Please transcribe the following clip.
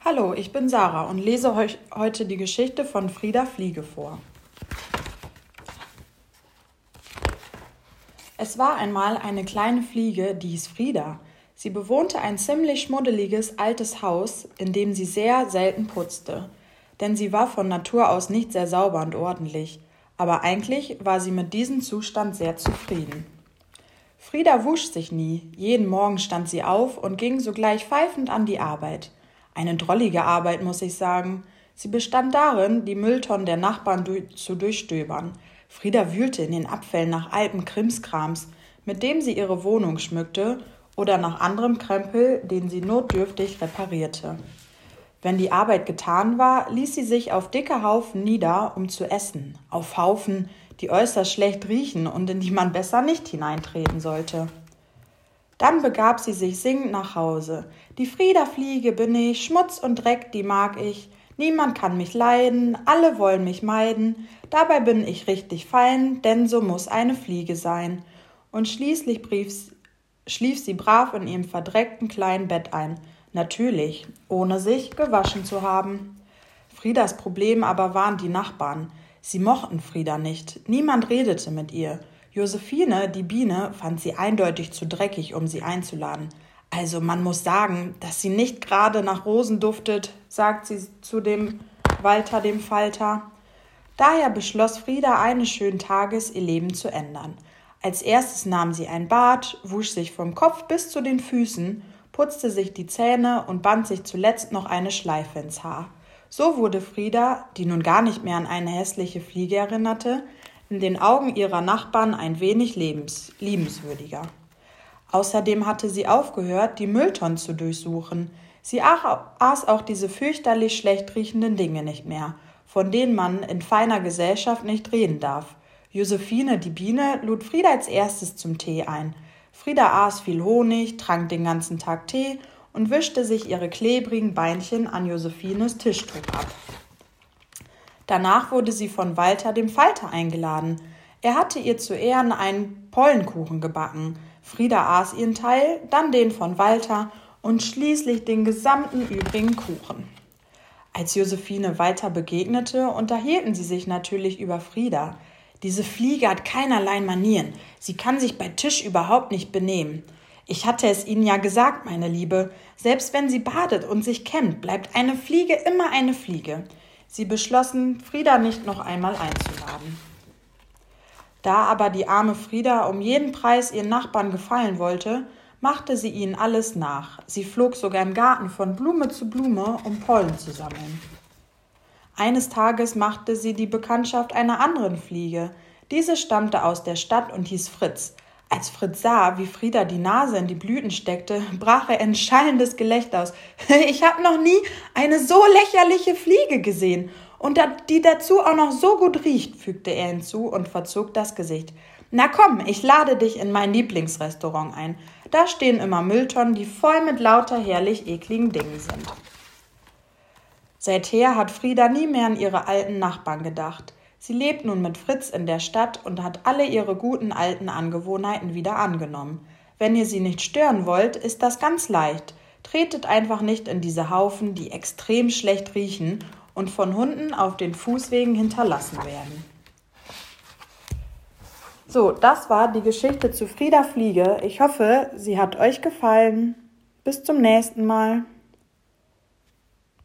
Hallo, ich bin Sarah und lese euch heute die Geschichte von Frieda Fliege vor. Es war einmal eine kleine Fliege, die hieß Frieda. Sie bewohnte ein ziemlich schmuddeliges altes Haus, in dem sie sehr selten putzte. Denn sie war von Natur aus nicht sehr sauber und ordentlich. Aber eigentlich war sie mit diesem Zustand sehr zufrieden. Frieda wusch sich nie. Jeden Morgen stand sie auf und ging sogleich pfeifend an die Arbeit. Eine drollige Arbeit, muss ich sagen. Sie bestand darin, die Mülltonnen der Nachbarn zu durchstöbern. Frieda wühlte in den Abfällen nach altem Krimskrams, mit dem sie ihre Wohnung schmückte, oder nach anderem Krempel, den sie notdürftig reparierte. Wenn die Arbeit getan war, ließ sie sich auf dicke Haufen nieder, um zu essen. Auf Haufen, die äußerst schlecht riechen und in die man besser nicht hineintreten sollte. Dann begab sie sich singend nach Hause. Die Frieda Fliege bin ich, Schmutz und Dreck, die mag ich. Niemand kann mich leiden, alle wollen mich meiden. Dabei bin ich richtig fein, denn so muss eine Fliege sein. Und schließlich schlief sie brav in ihrem verdreckten kleinen Bett ein. Natürlich, ohne sich gewaschen zu haben. Friedas Problem aber waren die Nachbarn. Sie mochten Frieda nicht. Niemand redete mit ihr. Josephine, die Biene, fand sie eindeutig zu dreckig, um sie einzuladen. Also man muss sagen, dass sie nicht gerade nach Rosen duftet, sagt sie zu dem Walter, dem Falter. Daher beschloss Frieda eines schönen Tages, ihr Leben zu ändern. Als erstes nahm sie ein Bad, wusch sich vom Kopf bis zu den Füßen, putzte sich die Zähne und band sich zuletzt noch eine Schleife ins Haar. So wurde Frieda, die nun gar nicht mehr an eine hässliche Fliege erinnerte, in den Augen ihrer Nachbarn ein wenig liebenswürdiger. Außerdem hatte sie aufgehört, die Mülltonnen zu durchsuchen. Sie aß auch diese fürchterlich schlecht riechenden Dinge nicht mehr, von denen man in feiner Gesellschaft nicht reden darf. Josephine, die Biene, lud Frieda als erstes zum Tee ein. Frieda aß viel Honig, trank den ganzen Tag Tee und wischte sich ihre klebrigen Beinchen an Josephines Tischtuch ab. Danach wurde sie von Walter, dem Falter, eingeladen. Er hatte ihr zu Ehren einen Pollenkuchen gebacken. Frieda aß ihren Teil, dann den von Walter und schließlich den gesamten übrigen Kuchen. Als Josephine Walter begegnete, unterhielten sie sich natürlich über Frieda. Diese Fliege hat keinerlei Manieren. Sie kann sich bei Tisch überhaupt nicht benehmen. Ich hatte es Ihnen ja gesagt, meine Liebe. Selbst wenn sie badet und sich kämmt, bleibt eine Fliege immer eine Fliege. Sie beschlossen, Frieda nicht noch einmal einzuladen. Da aber die arme Frieda um jeden Preis ihren Nachbarn gefallen wollte, machte sie ihnen alles nach. Sie flog sogar im Garten von Blume zu Blume, um Pollen zu sammeln. Eines Tages machte sie die Bekanntschaft einer anderen Fliege. Diese stammte aus der Stadt und hieß Fritz. Als Fritz sah, wie Frieda die Nase in die Blüten steckte, brach er in schallendes Gelächter aus. Ich habe noch nie eine so lächerliche Fliege gesehen. Und die dazu auch noch so gut riecht, fügte er hinzu und verzog das Gesicht. Na komm, ich lade dich in mein Lieblingsrestaurant ein. Da stehen immer Mülltonnen, die voll mit lauter herrlich ekligen Dingen sind. Seither hat Frieda nie mehr an ihre alten Nachbarn gedacht. Sie lebt nun mit Fritz in der Stadt und hat alle ihre guten alten Angewohnheiten wieder angenommen. Wenn ihr sie nicht stören wollt, ist das ganz leicht. Tretet einfach nicht in diese Haufen, die extrem schlecht riechen und von Hunden auf den Fußwegen hinterlassen werden. So, das war die Geschichte zu Frieda Fliege. Ich hoffe, sie hat euch gefallen. Bis zum nächsten Mal.